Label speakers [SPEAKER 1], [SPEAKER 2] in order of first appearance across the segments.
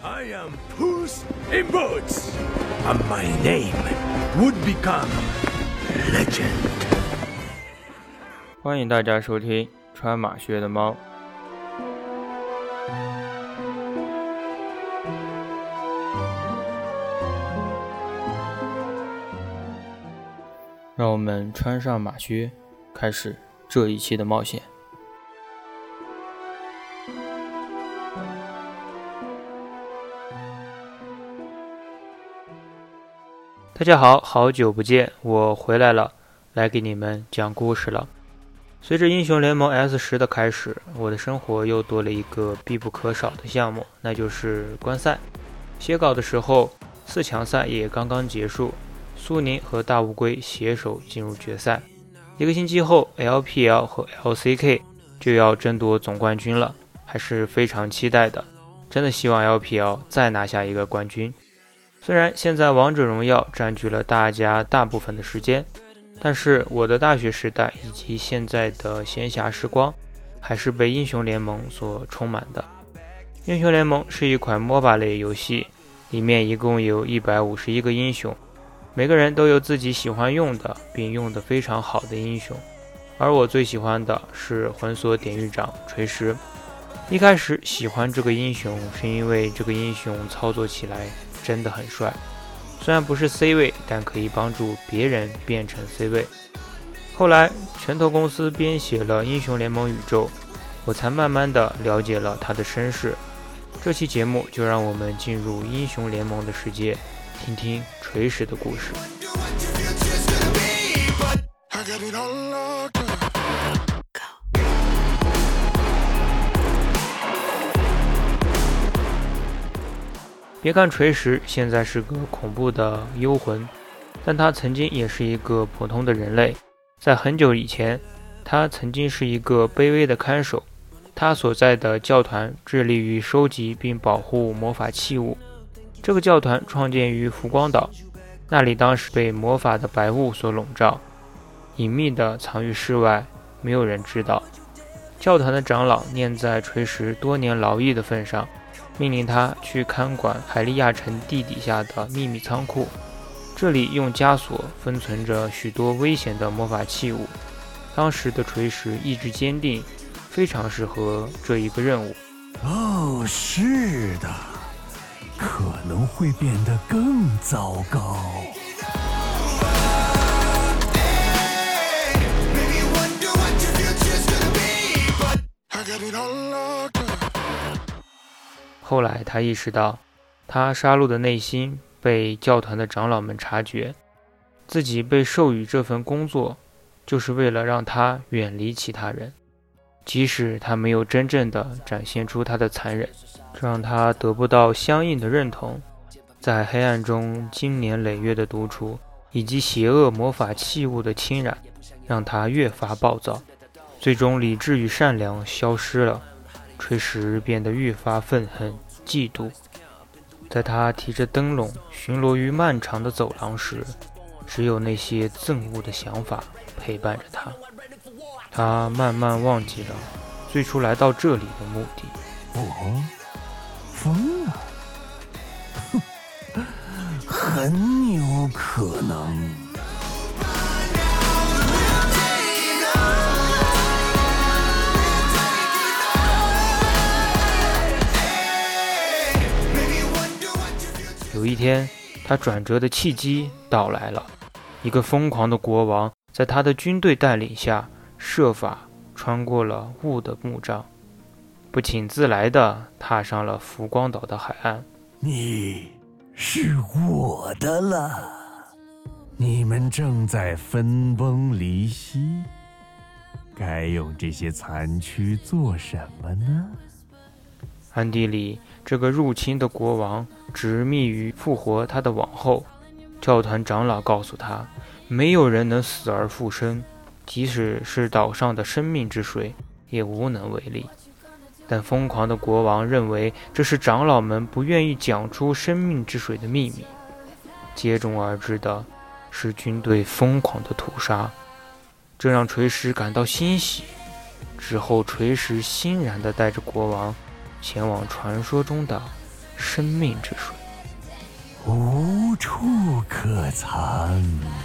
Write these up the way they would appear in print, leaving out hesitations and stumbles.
[SPEAKER 1] I am Puss in Boots, and my name would become legend.
[SPEAKER 2] 欢迎大家收听穿马靴的猫。让我们穿上马靴，开始这一期的冒险。大家好，好久不见，我回来了，来给你们讲故事了。随着英雄联盟 S10 的开始，我的生活又多了一个必不可少的项目，那就是观赛。写稿的时候，4强赛也刚刚结束，苏宁和大乌龟携手进入决赛。1个星期后 ，LPL 和 LCK 就要争夺总冠军了，还是非常期待的。真的希望 LPL 再拿下一个冠军。虽然现在王者荣耀占据了大家大部分的时间，但是我的大学时代以及现在的闲暇时光还是被英雄联盟所充满的。英雄联盟是一款 MOBA 类游戏，里面一共有151个英雄，每个人都有自己喜欢用的并用得非常好的英雄，而我最喜欢的是魂锁典狱长锤石。一开始喜欢这个英雄是因为这个英雄操作起来真的很帅，虽然不是 C 位，但可以帮助别人变成 C 位。后来拳头公司编写了英雄联盟宇宙，我才慢慢的了解了他的身世。这期节目就让我们进入英雄联盟的世界，听听锤石的故事。别看锤石现在是个恐怖的幽魂，但他曾经也是一个普通的人类。在很久以前，他曾经是一个卑微的看守，他所在的教团致力于收集并保护魔法器物。这个教团创建于浮光岛，那里当时被魔法的白雾所笼罩，隐秘的藏于室外，没有人知道。教团的长老念在锤石多年劳役的份上，命令他去看管海利亚城地底下的秘密仓库，这里用枷锁封存着许多危险的魔法器物。当时的锤石意志坚定，非常适合这一个任务。
[SPEAKER 1] 哦，是的，可能会变得更糟糕。
[SPEAKER 2] 后来他意识到，他杀戮的内心被教团的长老们察觉，自己被授予这份工作就是为了让他远离其他人，即使他没有真正的展现出他的残忍，这让他得不到相应的认同。在黑暗中经年累月的独处以及邪恶魔法器物的侵染，让他越发暴躁，最终理智与善良消失了，锤石变得愈发愤恨嫉妒。在他提着灯笼巡逻于漫长的走廊时，只有那些憎恶的想法陪伴着他。他慢慢忘记了最初来到这里的目的。
[SPEAKER 1] 我疯了？很有可能。
[SPEAKER 2] 有一天，他转折的契机到来了。一个疯狂的国王在他的军队带领下，设法穿过了雾的幕障，不请自来的踏上了浮光岛的海岸。
[SPEAKER 1] 你是我的了，你们正在分崩离析，该用这些残躯做什么呢？
[SPEAKER 2] 暗地里，这个入侵的国王执迷于复活他的王后。教团长老告诉他，没有人能死而复生，即使是岛上的生命之水也无能为力。但疯狂的国王认为这是长老们不愿意讲出生命之水的秘密。接踵而至的是军队疯狂的屠杀，这让锤石感到欣喜。之后锤石欣然地带着国王前往传说中的生命之水，
[SPEAKER 1] 无处可藏。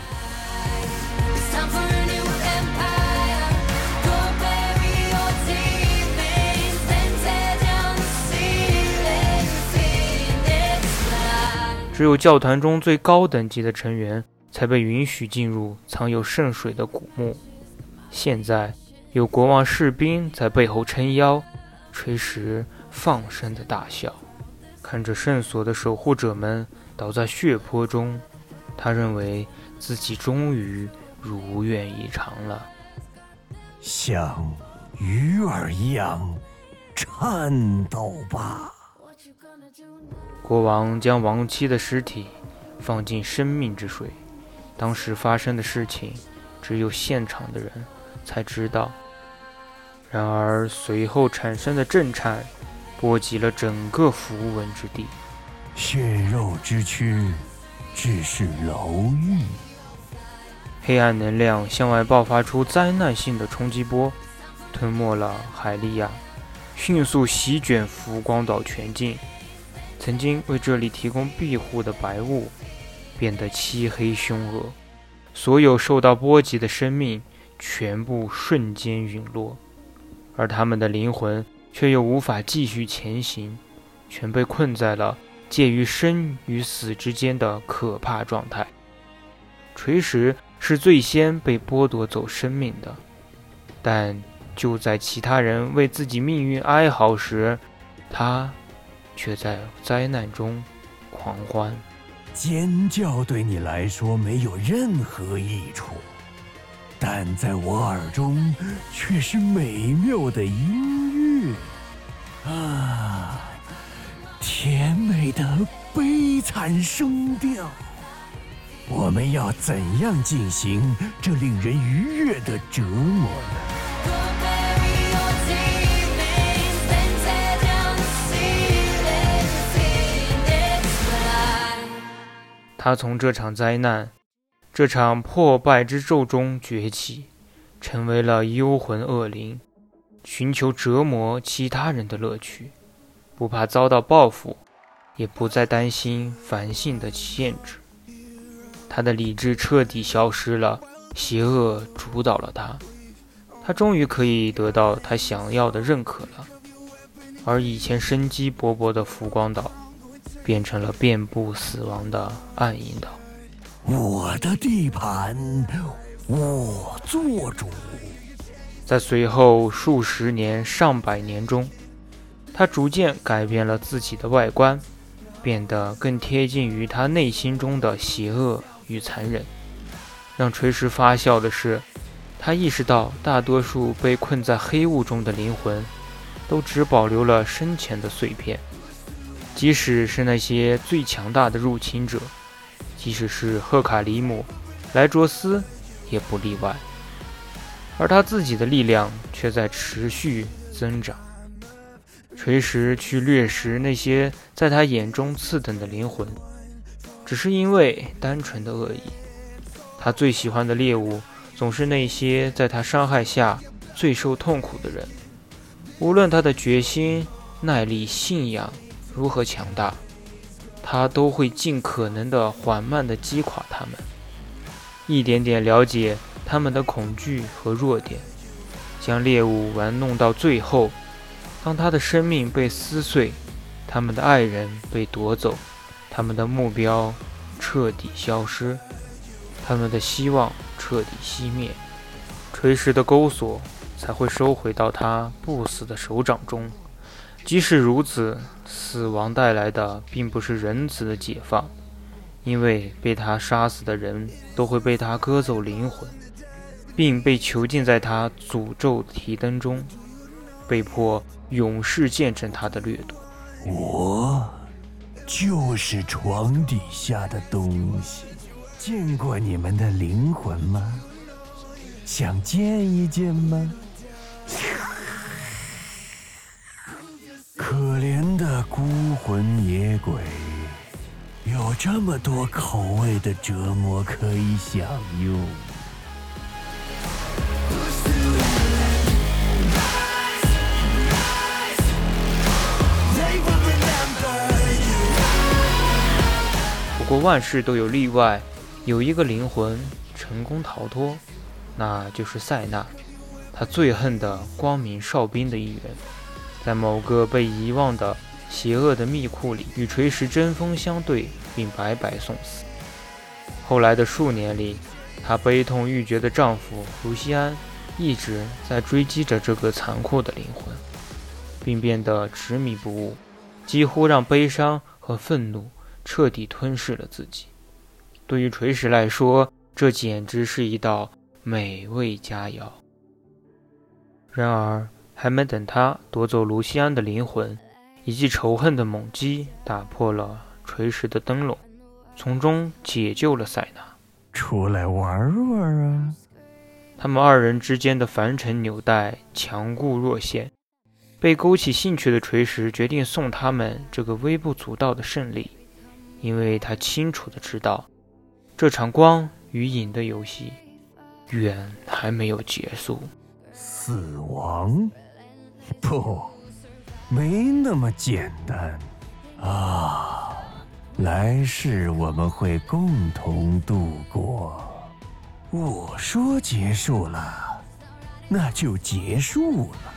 [SPEAKER 2] 只有教团中最高等级的成员才被允许进入藏有圣水的古墓。现在有国王士兵在背后撑腰，垂石放声的大笑，看着圣所的守护者们倒在血泊中，他认为自己终于如愿以偿了。
[SPEAKER 1] 像鱼儿一样颤抖吧。
[SPEAKER 2] 国王将亡妻的尸体放进生命之水，当时发生的事情只有现场的人才知道。然而随后产生的震颤波及了整个符文之地，
[SPEAKER 1] 血肉之躯只是楼狱。
[SPEAKER 2] 黑暗能量向外爆发出灾难性的冲击波，吞没了海利亚，迅速席卷浮光岛全境。曾经为这里提供庇护的白雾变得漆黑凶恶，所有受到波及的生命全部瞬间陨落，而他们的灵魂却又无法继续前行，全被困在了介于生与死之间的可怕状态。垂石是最先被剥夺走生命的，但就在其他人为自己命运哀嚎时，他却在灾难中狂欢。
[SPEAKER 1] 尖叫对你来说没有任何益处，但在我耳中却是美妙的音乐啊，甜美的悲惨声调。我们要怎样进行这令人愉悦的折磨呢？
[SPEAKER 2] 他从这场灾难，这场破败之咒中崛起，成为了幽魂恶灵，寻求折磨其他人的乐趣，不怕遭到报复，也不再担心繁星的限制。他的理智彻底消失了，邪恶主导了他，他终于可以得到他想要的认可了。而以前生机勃勃的浮光岛变成了遍布死亡的暗影岛。
[SPEAKER 1] 我的地盘，我做主。
[SPEAKER 2] 在随后数十年、上百年中，他逐渐改变了自己的外观，变得更贴近于他内心中的邪恶与残忍。让垂石发笑的是，他意识到大多数被困在黑雾中的灵魂都只保留了生前的碎片，即使是那些最强大的入侵者，即使是赫卡里姆、莱卓斯也不例外，而他自己的力量却在持续增长。垂石去掠食那些在他眼中次等的灵魂，只是因为单纯的恶意。他最喜欢的猎物总是那些在他伤害下最受痛苦的人，无论他的决心、耐力、信仰如何强大，他都会尽可能的缓慢地击垮他们，一点点了解他们的恐惧和弱点，将猎物玩弄到最后。当他的生命被撕碎，他们的爱人被夺走，他们的目标彻底消失，他们的希望彻底熄灭，垂石的钩索才会收回到他不死的手掌中。即使如此，死亡带来的并不是仁慈的解放，因为被他杀死的人都会被他割走灵魂，并被囚禁在他诅咒提灯中，被迫永世见证他的掠夺。
[SPEAKER 1] 我就是床底下的东西，见过你们的灵魂吗？想见一见吗？可怜的孤魂野鬼，有这么多口味的折磨可以享用。They will remember
[SPEAKER 2] 过万事都有例外，有一个灵魂成功逃脱，那就是塞纳。他最恨的光明哨兵的一员，在某个被遗忘的邪恶的密库里与锤石针锋相对，并白白送死。后来的数年里，她悲痛欲绝的丈夫卢西安一直在追击着这个残酷的灵魂，并变得执迷不悟，几乎让悲伤和愤怒彻底吞噬了自己。对于锤石来说，这简直是一道美味佳肴。然而，还没等他夺走卢西安的灵魂，一记仇恨的猛击打破了锤石的灯笼，从中解救了塞纳。
[SPEAKER 1] 出来玩玩啊！
[SPEAKER 2] 他们二人之间的凡尘纽带强固若线，被勾起兴趣的锤石决定送他们这个微不足道的胜利，因为他清楚地知道，这场光与影的游戏远还没有结束。
[SPEAKER 1] 死亡？不，没那么简单啊！来世我们会共同度过。我说结束了，那就结束了。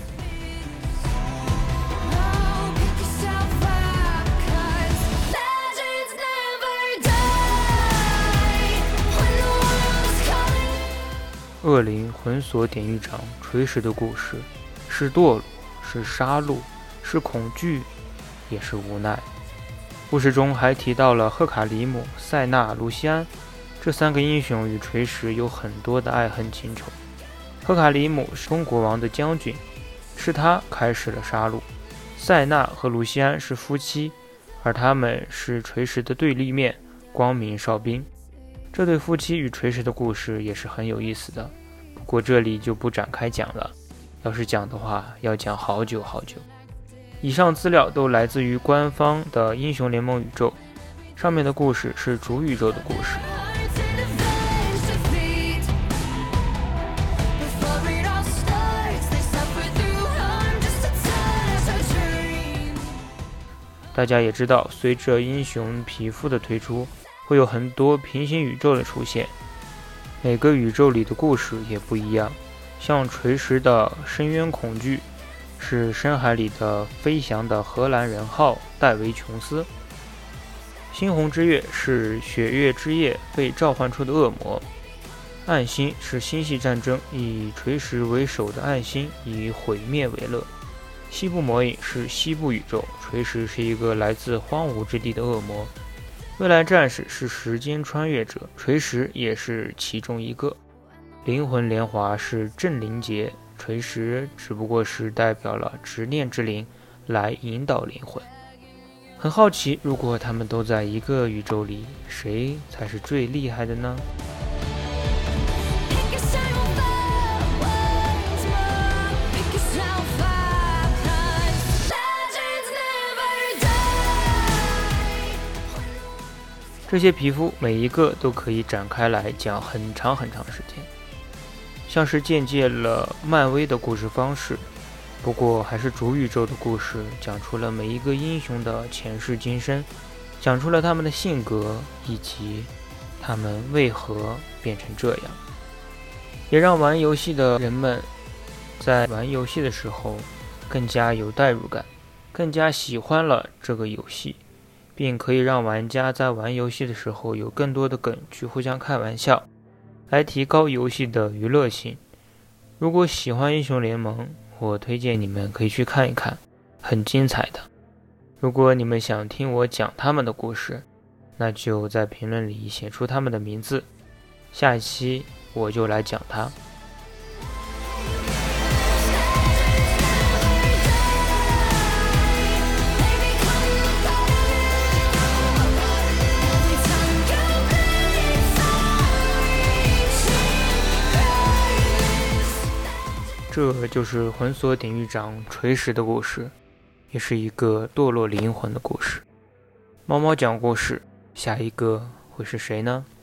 [SPEAKER 2] 恶灵魂锁典狱长锤石的故事，是堕落，是杀戮，是恐惧，也是无奈。故事中还提到了赫卡里姆、塞纳、卢西安这三个英雄与锤石有很多的爱恨情仇。赫卡里姆是东国王的将军，是他开始了杀戮。塞纳和卢西安是夫妻，而他们是锤石的对立面，光明哨兵。这对夫妻与锤石的故事也是很有意思的，不过这里就不展开讲了，要是讲的话要讲好久好久。以上资料都来自于官方的英雄联盟宇宙，上面的故事是主宇宙的故事。大家也知道，随着英雄皮肤的推出，会有很多平行宇宙的出现，每个宇宙里的故事也不一样。像锤石的深渊恐惧是深海里的飞翔的荷兰人号戴维琼斯，猩红之月是血月之夜被召唤出的恶魔，暗星是星系战争以锤石为首的暗星以毁灭为乐，西部魔影是西部宇宙，锤石是一个来自荒芜之地的恶魔，未来战士是时间穿越者，锤石也是其中一个，灵魂莲华是镇灵节，锤石只不过是代表了执念之灵来引导灵魂。很好奇，如果他们都在一个宇宙里，谁才是最厉害的呢？这些皮肤每一个都可以展开来讲很长很长时间，像是借鉴了漫威的故事方式，不过还是主宇宙的故事，讲出了每一个英雄的前世今生，讲出了他们的性格以及他们为何变成这样，也让玩游戏的人们在玩游戏的时候更加有代入感，更加喜欢了这个游戏，并可以让玩家在玩游戏的时候有更多的梗去互相开玩笑，来提高游戏的娱乐性。如果喜欢英雄联盟，我推荐你们可以去看一看，很精彩的。如果你们想听我讲他们的故事，那就在评论里写出他们的名字，下一期我就来讲他。这就是魂锁典狱长锤石的故事，也是一个堕落灵魂的故事。猫猫讲故事，下一个会是谁呢？